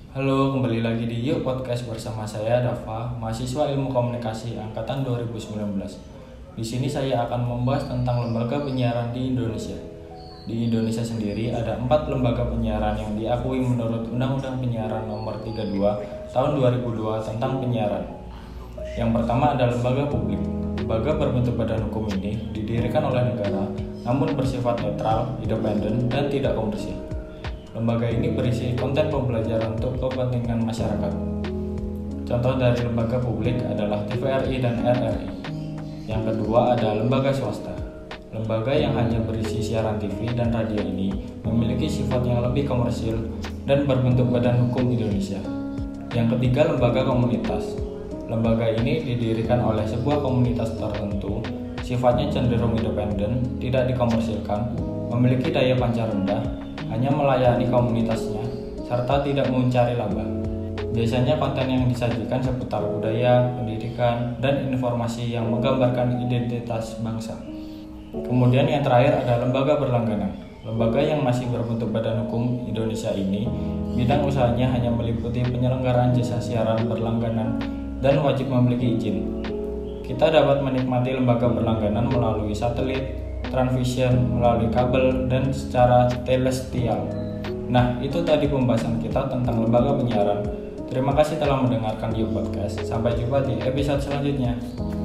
Halo, kembali lagi di Yuk Podcast bersama saya Dava, mahasiswa Ilmu Komunikasi angkatan 2019. Di sini saya akan membahas tentang lembaga penyiaran di Indonesia. Di Indonesia sendiri ada 4 lembaga penyiaran yang diakui menurut Undang-Undang Penyiaran Nomor 32 Tahun 2002 tentang penyiaran. Yang pertama ada lembaga publik. Lembaga berbentuk badan hukum ini didirikan oleh negara, namun bersifat netral, independen, dan tidak komersil. Lembaga ini berisi konten pembelajaran untuk kepentingan masyarakat. Contoh dari lembaga publik adalah TVRI dan RRI. Yang kedua ada lembaga swasta. Lembaga yang hanya berisi siaran TV dan radio ini memiliki sifat yang lebih komersil dan berbentuk badan hukum Indonesia. Yang ketiga lembaga komunitas. Lembaga ini didirikan oleh sebuah komunitas tertentu, sifatnya cenderung independen, tidak dikomersilkan, memiliki daya pancar rendah, hanya melayani komunitasnya, serta tidak mencari laba. Biasanya konten yang disajikan seputar budaya, pendidikan, dan informasi yang menggambarkan identitas bangsa. Kemudian yang terakhir ada lembaga berlangganan. Lembaga yang masih berbentuk badan hukum Indonesia ini, bidang usahanya hanya meliputi penyelenggaraan jasa siaran berlangganan dan wajib memiliki izin. Kita dapat menikmati lembaga berlangganan melalui satelit, transvision, melalui kabel, dan secara telestial. Nah, itu tadi pembahasan kita tentang lembaga penyiaran. Terima kasih telah mendengarkan Yuk Podcast. Sampai jumpa di episode selanjutnya.